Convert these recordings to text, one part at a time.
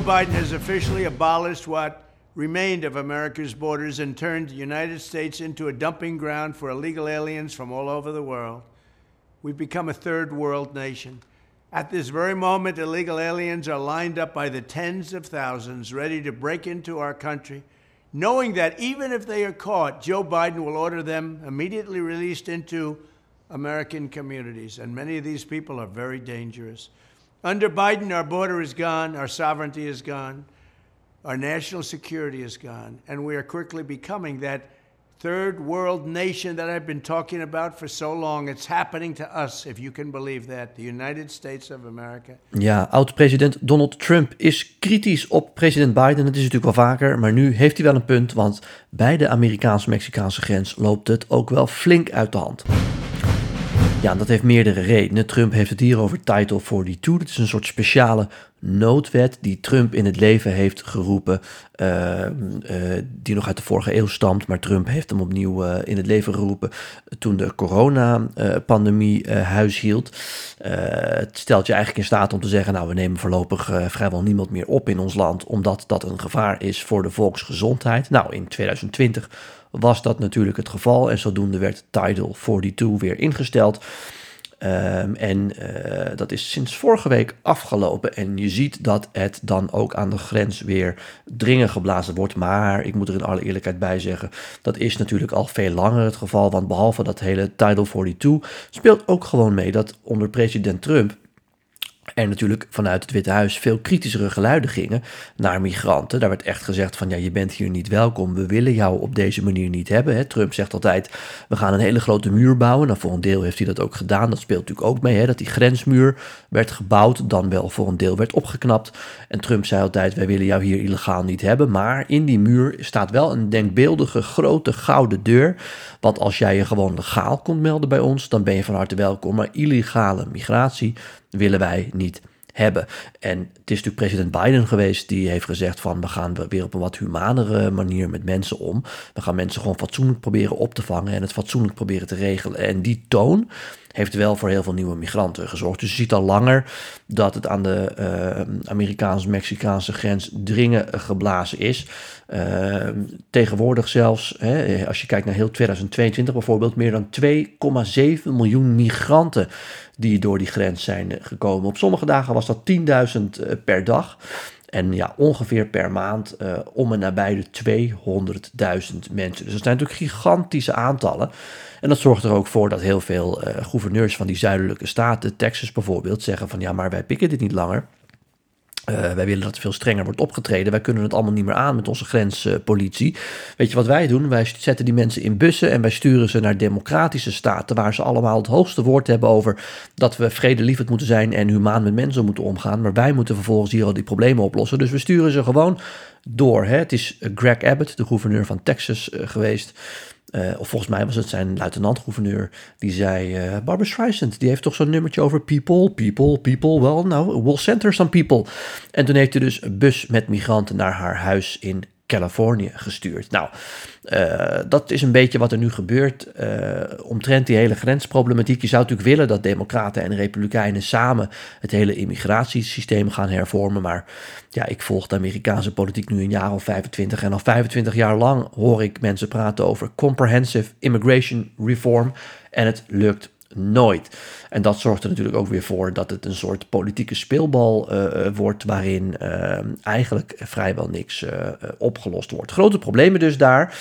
Biden has officially abolished what remained of America's borders and turned the United States into a dumping ground for illegal aliens from all over the world. We've become a third world nation. At this very moment, illegal aliens are lined up by the tens of thousands, ready to break into our country, knowing that even if they are caught, Joe Biden will order them immediately released into American communities. And many of these people are very dangerous. Under Biden, our border is gone, our sovereignty is gone, our national security is gone, and we are quickly becoming that third world nation that I've been talking about for so long. It's happening to us, if you can believe that. The United States of America. Ja, oud-president Donald Trump is kritisch op president Biden. Dat is natuurlijk wel vaker, maar nu heeft hij wel een punt, want bij de Amerikaans-Mexicaanse grens loopt het ook wel flink uit de hand. Ja, dat heeft meerdere redenen. Trump heeft het hier over Title 42. Dat is een soort speciale noodwet die Trump in het leven heeft geroepen, die nog uit de vorige eeuw stamt, maar Trump heeft hem opnieuw in het leven geroepen toen de coronapandemie huis hield. Het stelt je eigenlijk in staat om te zeggen, nou, we nemen voorlopig vrijwel niemand meer op in ons land, omdat dat een gevaar is voor de volksgezondheid. Nou, in 2020 was dat natuurlijk het geval en zodoende werd Title 42 weer ingesteld. Dat is sinds vorige week afgelopen en je ziet dat het dan ook aan de grens weer dringen geblazen wordt. Maar ik moet er in alle eerlijkheid bij zeggen, dat is natuurlijk al veel langer het geval, want behalve dat hele Title 42 speelt ook gewoon mee dat onder president Trump er natuurlijk vanuit het Witte Huis veel kritischere geluiden gingen naar migranten. Daar werd echt gezegd van, ja, je bent hier niet welkom, we willen jou op deze manier niet hebben. Hè. Trump zegt altijd, we gaan een hele grote muur bouwen. Nou, voor een deel heeft hij dat ook gedaan. Dat speelt natuurlijk ook mee, hè, dat die grensmuur werd gebouwd, dan wel voor een deel werd opgeknapt. En Trump zei altijd, wij willen jou hier illegaal niet hebben. Maar in die muur staat wel een denkbeeldige grote gouden deur. Want als jij je gewoon legaal komt melden bij ons, dan ben je van harte welkom. Maar illegale migratie willen wij niet hebben. En het is natuurlijk president Biden geweest die heeft gezegd van, we gaan weer op een wat humanere manier met mensen om. We gaan mensen gewoon fatsoenlijk proberen op te vangen en het fatsoenlijk proberen te regelen. En die toon heeft wel voor heel veel nieuwe migranten gezorgd. Dus je ziet al langer dat het aan de Amerikaans-Mexicaanse grens dringen geblazen is. Tegenwoordig zelfs, als je kijkt naar heel 2022 bijvoorbeeld, meer dan 2,7 miljoen migranten die door die grens zijn gekomen. Op sommige dagen was dat 10.000 per dag. En ja, ongeveer per maand om en nabij de 200.000 mensen. Dus dat zijn natuurlijk gigantische aantallen. En dat zorgt er ook voor dat heel veel gouverneurs van die zuidelijke staten, Texas bijvoorbeeld, zeggen van, ja, maar wij pikken dit niet langer. Wij willen dat er veel strenger wordt opgetreden. Wij kunnen het allemaal niet meer aan met onze grenspolitie. Weet je wat wij doen? Wij zetten die mensen in bussen en wij sturen ze naar democratische staten waar ze allemaal het hoogste woord hebben over dat we vredelievend moeten zijn en humaan met mensen moeten omgaan. Maar wij moeten vervolgens hier al die problemen oplossen. Dus we sturen ze gewoon door. Hè? Het is Greg Abbott, de gouverneur van Texas, geweest. Of volgens mij was het zijn luitenant-gouverneur die zei, Barbra Streisand, die heeft toch zo'n nummertje over people, well, nou, we'll center some people. En toen heeft hij dus een bus met migranten naar haar huis in Californië gestuurd. Nou, dat is een beetje wat er nu gebeurt omtrent die hele grensproblematiek. Je zou natuurlijk willen dat democraten en republikeinen samen het hele immigratiesysteem gaan hervormen, maar ja, ik volg de Amerikaanse politiek nu een jaar of 25 en al 25 jaar lang hoor ik mensen praten over comprehensive immigration reform en het lukt nooit. En dat zorgt er natuurlijk ook weer voor dat het een soort politieke speelbal wordt waarin eigenlijk vrijwel niks opgelost wordt. Grote problemen dus daar.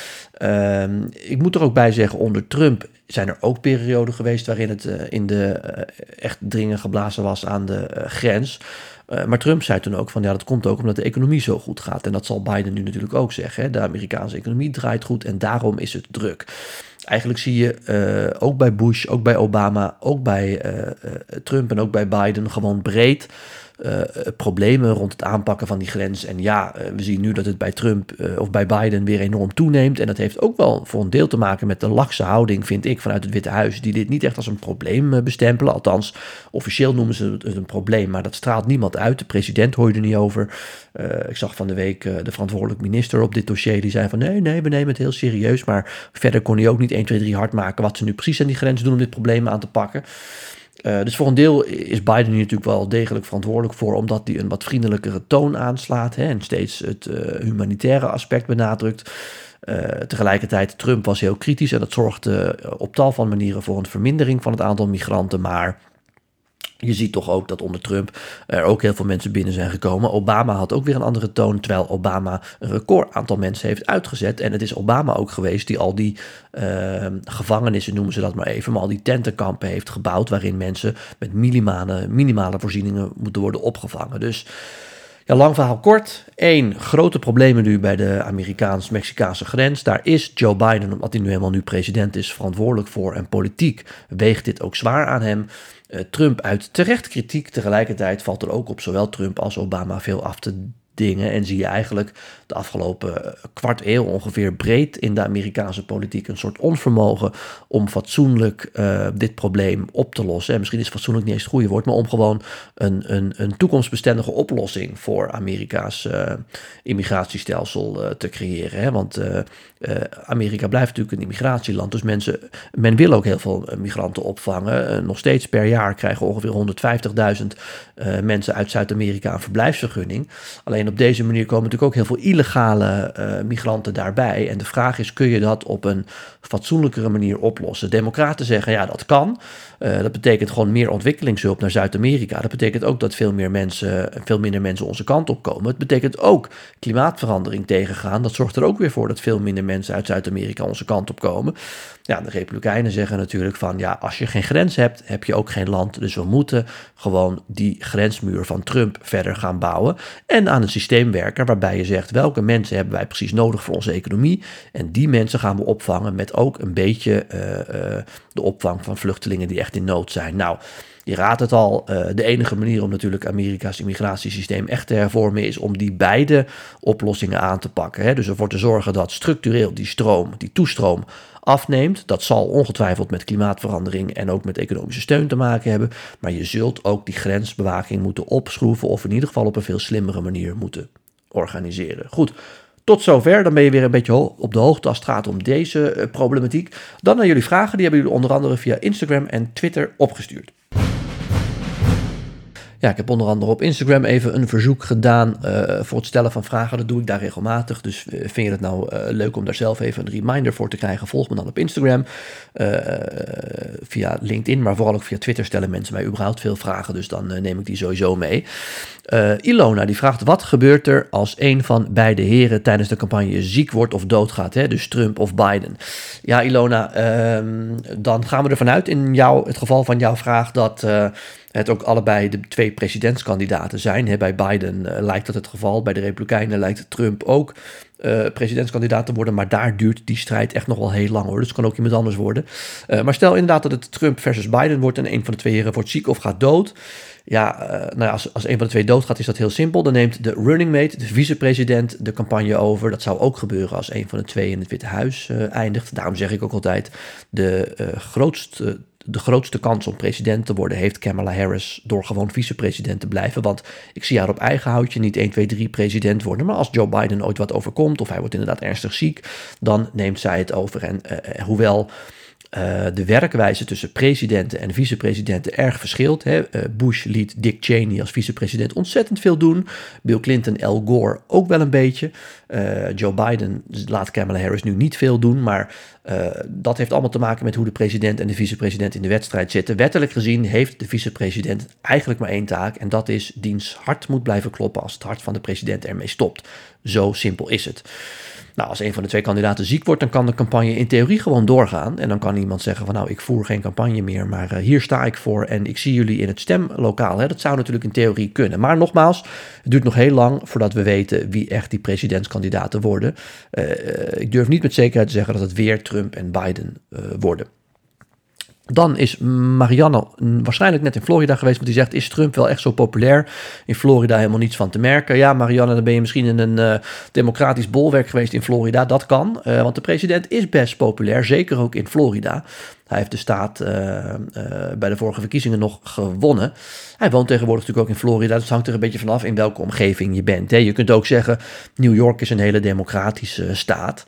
Ik moet er ook bij zeggen, onder Trump zijn er ook perioden geweest waarin het echt dringen geblazen was aan de grens. Maar Trump zei toen ook van, ja, dat komt ook omdat de economie zo goed gaat. En dat zal Biden nu natuurlijk ook zeggen. Hè? De Amerikaanse economie draait goed en daarom is het druk. Eigenlijk zie je ook bij Bush, ook bij Obama, ook bij Trump en ook bij Biden gewoon breed problemen rond het aanpakken van die grens. En ja, we zien nu dat het bij Trump of bij Biden weer enorm toeneemt. En dat heeft ook wel voor een deel te maken met de lakse houding, vind ik, vanuit het Witte Huis, die dit niet echt als een probleem bestempelen. Althans, officieel noemen ze het een probleem, maar dat straalt niemand uit. De president hoor je er niet over. Ik zag van de week de verantwoordelijk minister op dit dossier, die zei van nee, we nemen het heel serieus. Maar verder kon hij ook niet 1, 2, 3 hard maken wat ze nu precies aan die grens doen om dit probleem aan te pakken. Dus voor een deel is Biden hier natuurlijk wel degelijk verantwoordelijk voor, omdat hij een wat vriendelijkere toon aanslaat, hè, en steeds het humanitaire aspect benadrukt. Tegelijkertijd, Trump was heel kritisch en dat zorgde op tal van manieren voor een vermindering van het aantal migranten, maar je ziet toch ook dat onder Trump er ook heel veel mensen binnen zijn gekomen. Obama had ook weer een andere toon, terwijl Obama een record aantal mensen heeft uitgezet. En het is Obama ook geweest die al die gevangenissen, noemen ze dat maar even, maar al die tentenkampen heeft gebouwd, waarin mensen met minimale voorzieningen moeten worden opgevangen. Dus ja, lang verhaal kort. 1, grote problemen nu bij de Amerikaans-Mexicaanse grens. Daar is Joe Biden, omdat hij nu helemaal nu president is, verantwoordelijk voor. En politiek weegt dit ook zwaar aan hem. Trump uit terecht kritiek. Tegelijkertijd valt er ook op zowel Trump als Obama veel af te dingen. En zie je eigenlijk de afgelopen kwart eeuw ongeveer breed in de Amerikaanse politiek een soort onvermogen om fatsoenlijk dit probleem op te lossen. En misschien is fatsoenlijk niet eens het goede woord, maar om gewoon een toekomstbestendige oplossing voor Amerika's immigratiestelsel te creëren. Hè? Want Amerika blijft natuurlijk een immigratieland, dus men wil ook heel veel migranten opvangen. Nog steeds per jaar krijgen ongeveer 150.000 mensen uit Zuid-Amerika een verblijfsvergunning. Alleen op deze manier komen natuurlijk ook heel veel illegale migranten daarbij. En de vraag is, kun je dat op een fatsoenlijkere manier oplossen? Democraten zeggen, ja, dat kan. Dat betekent gewoon meer ontwikkelingshulp naar Zuid-Amerika. Dat betekent ook dat veel minder mensen onze kant op komen. Het betekent ook klimaatverandering tegengaan. Dat zorgt er ook weer voor dat veel minder mensen uit Zuid-Amerika onze kant op komen. Ja, de Republikeinen zeggen natuurlijk van, ja, als je geen grens hebt, heb je ook geen land. Dus we moeten gewoon die grensmuur van Trump verder gaan bouwen. En aan een systeem werken waarbij je zegt, welke mensen hebben wij precies nodig voor onze economie? En die mensen gaan we opvangen met ook een beetje de opvang van vluchtelingen die echt in nood zijn. Nou, je raadt het al, de enige manier om natuurlijk Amerika's immigratiesysteem echt te hervormen is om die beide oplossingen aan te pakken. Hè? Dus ervoor te zorgen dat structureel die toestroom afneemt. Dat zal ongetwijfeld met klimaatverandering en ook met economische steun te maken hebben. Maar je zult ook die grensbewaking moeten opschroeven of in ieder geval op een veel slimmere manier moeten organiseren. Goed. Tot zover, dan ben je weer een beetje op de hoogte als het gaat om deze problematiek. Dan naar jullie vragen, die hebben jullie onder andere via Instagram en Twitter opgestuurd. Ja, ik heb onder andere op Instagram even een verzoek gedaan voor het stellen van vragen. Dat doe ik daar regelmatig. Dus vind je het nou leuk om daar zelf even een reminder voor te krijgen? Volg me dan op Instagram, via LinkedIn, maar vooral ook via Twitter stellen mensen mij überhaupt veel vragen. Dus dan neem ik die sowieso mee. Ilona die vraagt, wat gebeurt er als een van beide heren tijdens de campagne ziek wordt of doodgaat? Hè? Dus Trump of Biden. Ja, Ilona, dan gaan we ervan uit in het geval van jouw vraag dat het ook allebei de twee presidentskandidaten zijn. Bij Biden lijkt dat het geval. Bij de Republikeinen lijkt Trump ook presidentskandidaat te worden. Maar daar duurt die strijd echt nog wel heel lang, hoor. Dus het kan ook iemand anders worden. Maar stel inderdaad dat het Trump versus Biden wordt en een van de twee heren wordt ziek of gaat dood. Ja, als een van de twee doodgaat is dat heel simpel. Dan neemt de running mate, de vicepresident, de campagne over. Dat zou ook gebeuren als een van de twee in het Witte Huis eindigt. Daarom zeg ik ook altijd, de grootste kans om president te worden heeft Kamala Harris door gewoon vicepresident te blijven. Want ik zie haar op eigen houtje niet 1, 2, 3 president worden. Maar als Joe Biden ooit wat overkomt of hij wordt inderdaad ernstig ziek, dan neemt zij het over. En hoewel de werkwijze tussen presidenten en vicepresidenten erg verschilt. Hè. Bush liet Dick Cheney als vicepresident ontzettend veel doen. Bill Clinton, Al Gore ook wel een beetje. Joe Biden laat Kamala Harris nu niet veel doen, maar dat heeft allemaal te maken met hoe de president en de vicepresident in de wedstrijd zitten. Wettelijk gezien heeft de vicepresident eigenlijk maar één taak en dat is diens hart moet blijven kloppen als het hart van de president ermee stopt. Zo simpel is het. Nou, als een van de twee kandidaten ziek wordt, dan kan de campagne in theorie gewoon doorgaan. En dan kan iemand zeggen van nou, ik voer geen campagne meer, maar hier sta ik voor en ik zie jullie in het stemlokaal. Hè. Dat zou natuurlijk in theorie kunnen. Maar nogmaals, het duurt nog heel lang voordat we weten wie echt die presidentskandidaten worden. Ik durf niet met zekerheid te zeggen dat het weer Trump en Biden worden. Dan is Marianne waarschijnlijk net in Florida geweest, want die zegt, is Trump wel echt zo populair? In Florida helemaal niets van te merken. Ja, Marianne, dan ben je misschien in een democratisch bolwerk geweest in Florida. Dat kan, want de president is best populair, zeker ook in Florida. Hij heeft de staat bij de vorige verkiezingen nog gewonnen. Hij woont tegenwoordig natuurlijk ook in Florida, dus het hangt er een beetje vanaf in welke omgeving je bent. Hè. Je kunt ook zeggen, New York is een hele democratische staat.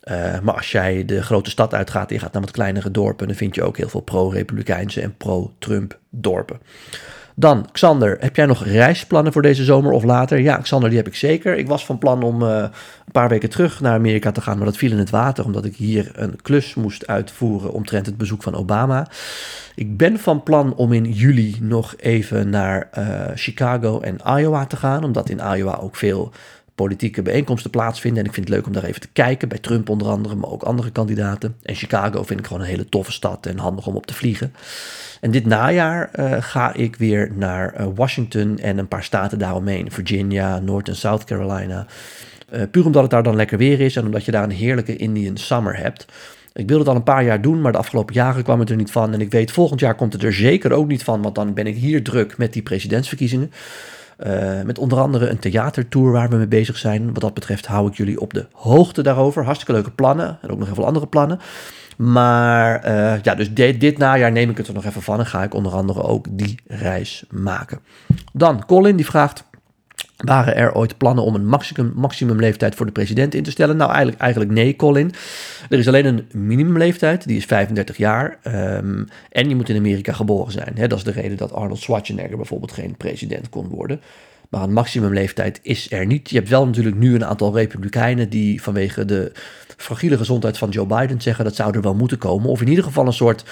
Maar als jij de grote stad uitgaat en je gaat naar wat kleinere dorpen, dan vind je ook heel veel pro-Republikeinse en pro-Trump dorpen. Dan, Xander, heb jij nog reisplannen voor deze zomer of later? Ja, Xander, die heb ik zeker. Ik was van plan om een paar weken terug naar Amerika te gaan, maar dat viel in het water, omdat ik hier een klus moest uitvoeren omtrent het bezoek van Obama. Ik ben van plan om in juli nog even naar Chicago en Iowa te gaan, omdat in Iowa ook veel politieke bijeenkomsten plaatsvinden. En ik vind het leuk om daar even te kijken, bij Trump onder andere, maar ook andere kandidaten. En Chicago vind ik gewoon een hele toffe stad en handig om op te vliegen. En dit najaar ga ik weer naar Washington en een paar staten daaromheen. Virginia, North en South Carolina. Puur omdat het daar dan lekker weer is en omdat je daar een heerlijke Indian summer hebt. Ik wilde het al een paar jaar doen, maar de afgelopen jaren kwam het er niet van. En ik weet, volgend jaar komt het er zeker ook niet van, want dan ben ik hier druk met die presidentsverkiezingen. Met onder andere een theatertour waar we mee bezig zijn. Wat dat betreft hou ik jullie op de hoogte daarover. Hartstikke leuke plannen en ook nog heel veel andere plannen. Maar dus dit najaar neem ik het er nog even van en ga ik onder andere ook die reis maken. Dan, Colin die vraagt, waren er ooit plannen om een maximumleeftijd voor de president in te stellen? Nou, eigenlijk nee, Colin. Er is alleen een minimumleeftijd, die is 35 jaar. En je moet in Amerika geboren zijn. Hè? Dat is de reden dat Arnold Schwarzenegger bijvoorbeeld geen president kon worden. Maar een maximumleeftijd is er niet. Je hebt wel natuurlijk nu een aantal republikeinen die vanwege de fragiele gezondheid van Joe Biden zeggen dat zou er wel moeten komen. Of in ieder geval een soort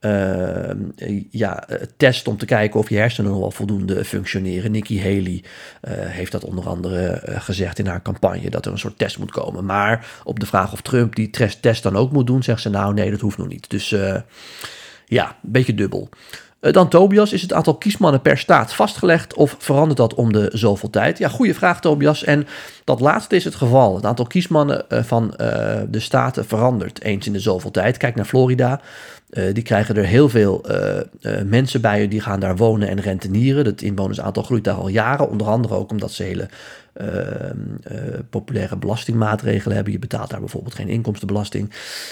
test om te kijken of je hersenen nog wel voldoende functioneren. Nikki Haley heeft dat onder andere gezegd in haar campagne, dat er een soort test moet komen. Maar op de vraag of Trump die test dan ook moet doen, zegt ze nou nee, dat hoeft nog niet. Dus een beetje dubbel. Dan Tobias, is het aantal kiesmannen per staat vastgelegd of verandert dat om de zoveel tijd? Ja, goede vraag Tobias. En dat laatste is het geval. Het aantal kiesmannen van de staten verandert eens in de zoveel tijd. Kijk naar Florida. Die krijgen er heel veel mensen bij, die gaan daar wonen en rentenieren. Het inwonersaantal groeit daar al jaren, onder andere ook omdat ze hele populaire belastingmaatregelen hebben. Je betaalt daar bijvoorbeeld geen inkomstenbelasting.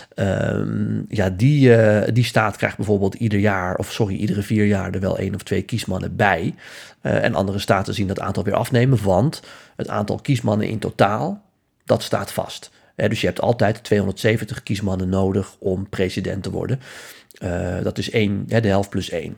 Die staat krijgt bijvoorbeeld iedere 4 jaar er wel 1 of 2 kiesmannen bij. En andere staten zien dat aantal weer afnemen, want het aantal kiesmannen in totaal, dat staat vast. Dus je hebt altijd 270 kiesmannen nodig om president te worden. Dat is de helft plus 1.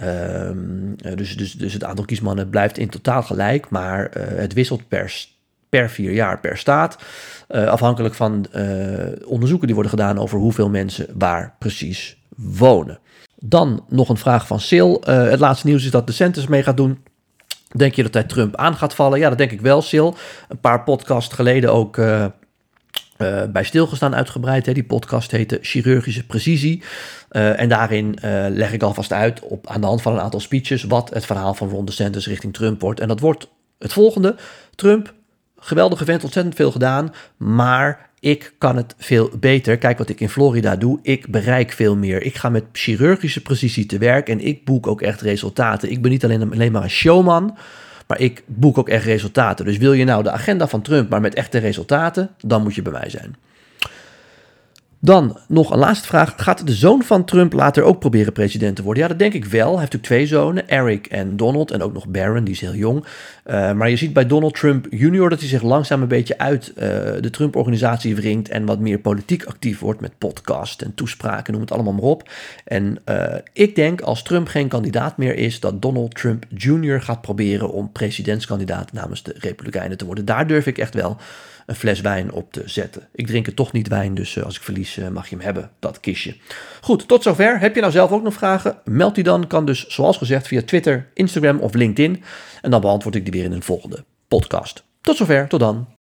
Dus het aantal kiesmannen blijft in totaal gelijk, maar het wisselt per 4 jaar per staat. Afhankelijk van onderzoeken die worden gedaan over hoeveel mensen waar precies wonen. Dan nog een vraag van Sil. Het laatste nieuws is dat DeSantis mee gaat doen. Denk je dat hij Trump aan gaat vallen? Ja, dat denk ik wel, Sil. Een paar podcasts geleden ook bij stilgestaan uitgebreid. Hè. Die podcast heette Chirurgische Precisie. En daarin leg ik alvast uit aan de hand van een aantal speeches wat het verhaal van Ron DeSantis richting Trump wordt. En dat wordt het volgende. Trump, geweldige vent, ontzettend veel gedaan, maar ik kan het veel beter. Kijk wat ik in Florida doe. Ik bereik veel meer. Ik ga met chirurgische precisie te werk en ik boek ook echt resultaten. Ik ben niet alleen maar een showman, maar ik boek ook echt resultaten. Dus wil je nou de agenda van Trump, maar met echte resultaten, dan moet je bij mij zijn. Dan nog een laatste vraag. Gaat de zoon van Trump later ook proberen president te worden? Ja, dat denk ik wel. Hij heeft natuurlijk 2 zonen, Eric en Donald. En ook nog Barron, die is heel jong. Maar je ziet bij Donald Trump Jr. dat hij zich langzaam een beetje uit de Trump-organisatie wringt en wat meer politiek actief wordt met podcast en toespraken, noem het allemaal maar op. En ik denk, als Trump geen kandidaat meer is, dat Donald Trump Jr. gaat proberen om presidentskandidaat namens de Republikeinen te worden. Daar durf ik echt wel een fles wijn op te zetten. Ik drink het toch niet wijn, dus als ik verlies mag je hem hebben, dat kistje. Goed, tot zover. Heb je nou zelf ook nog vragen? Meld die dan, kan dus zoals gezegd via Twitter, Instagram of LinkedIn. En dan beantwoord ik die weer in een volgende podcast. Tot zover, tot dan.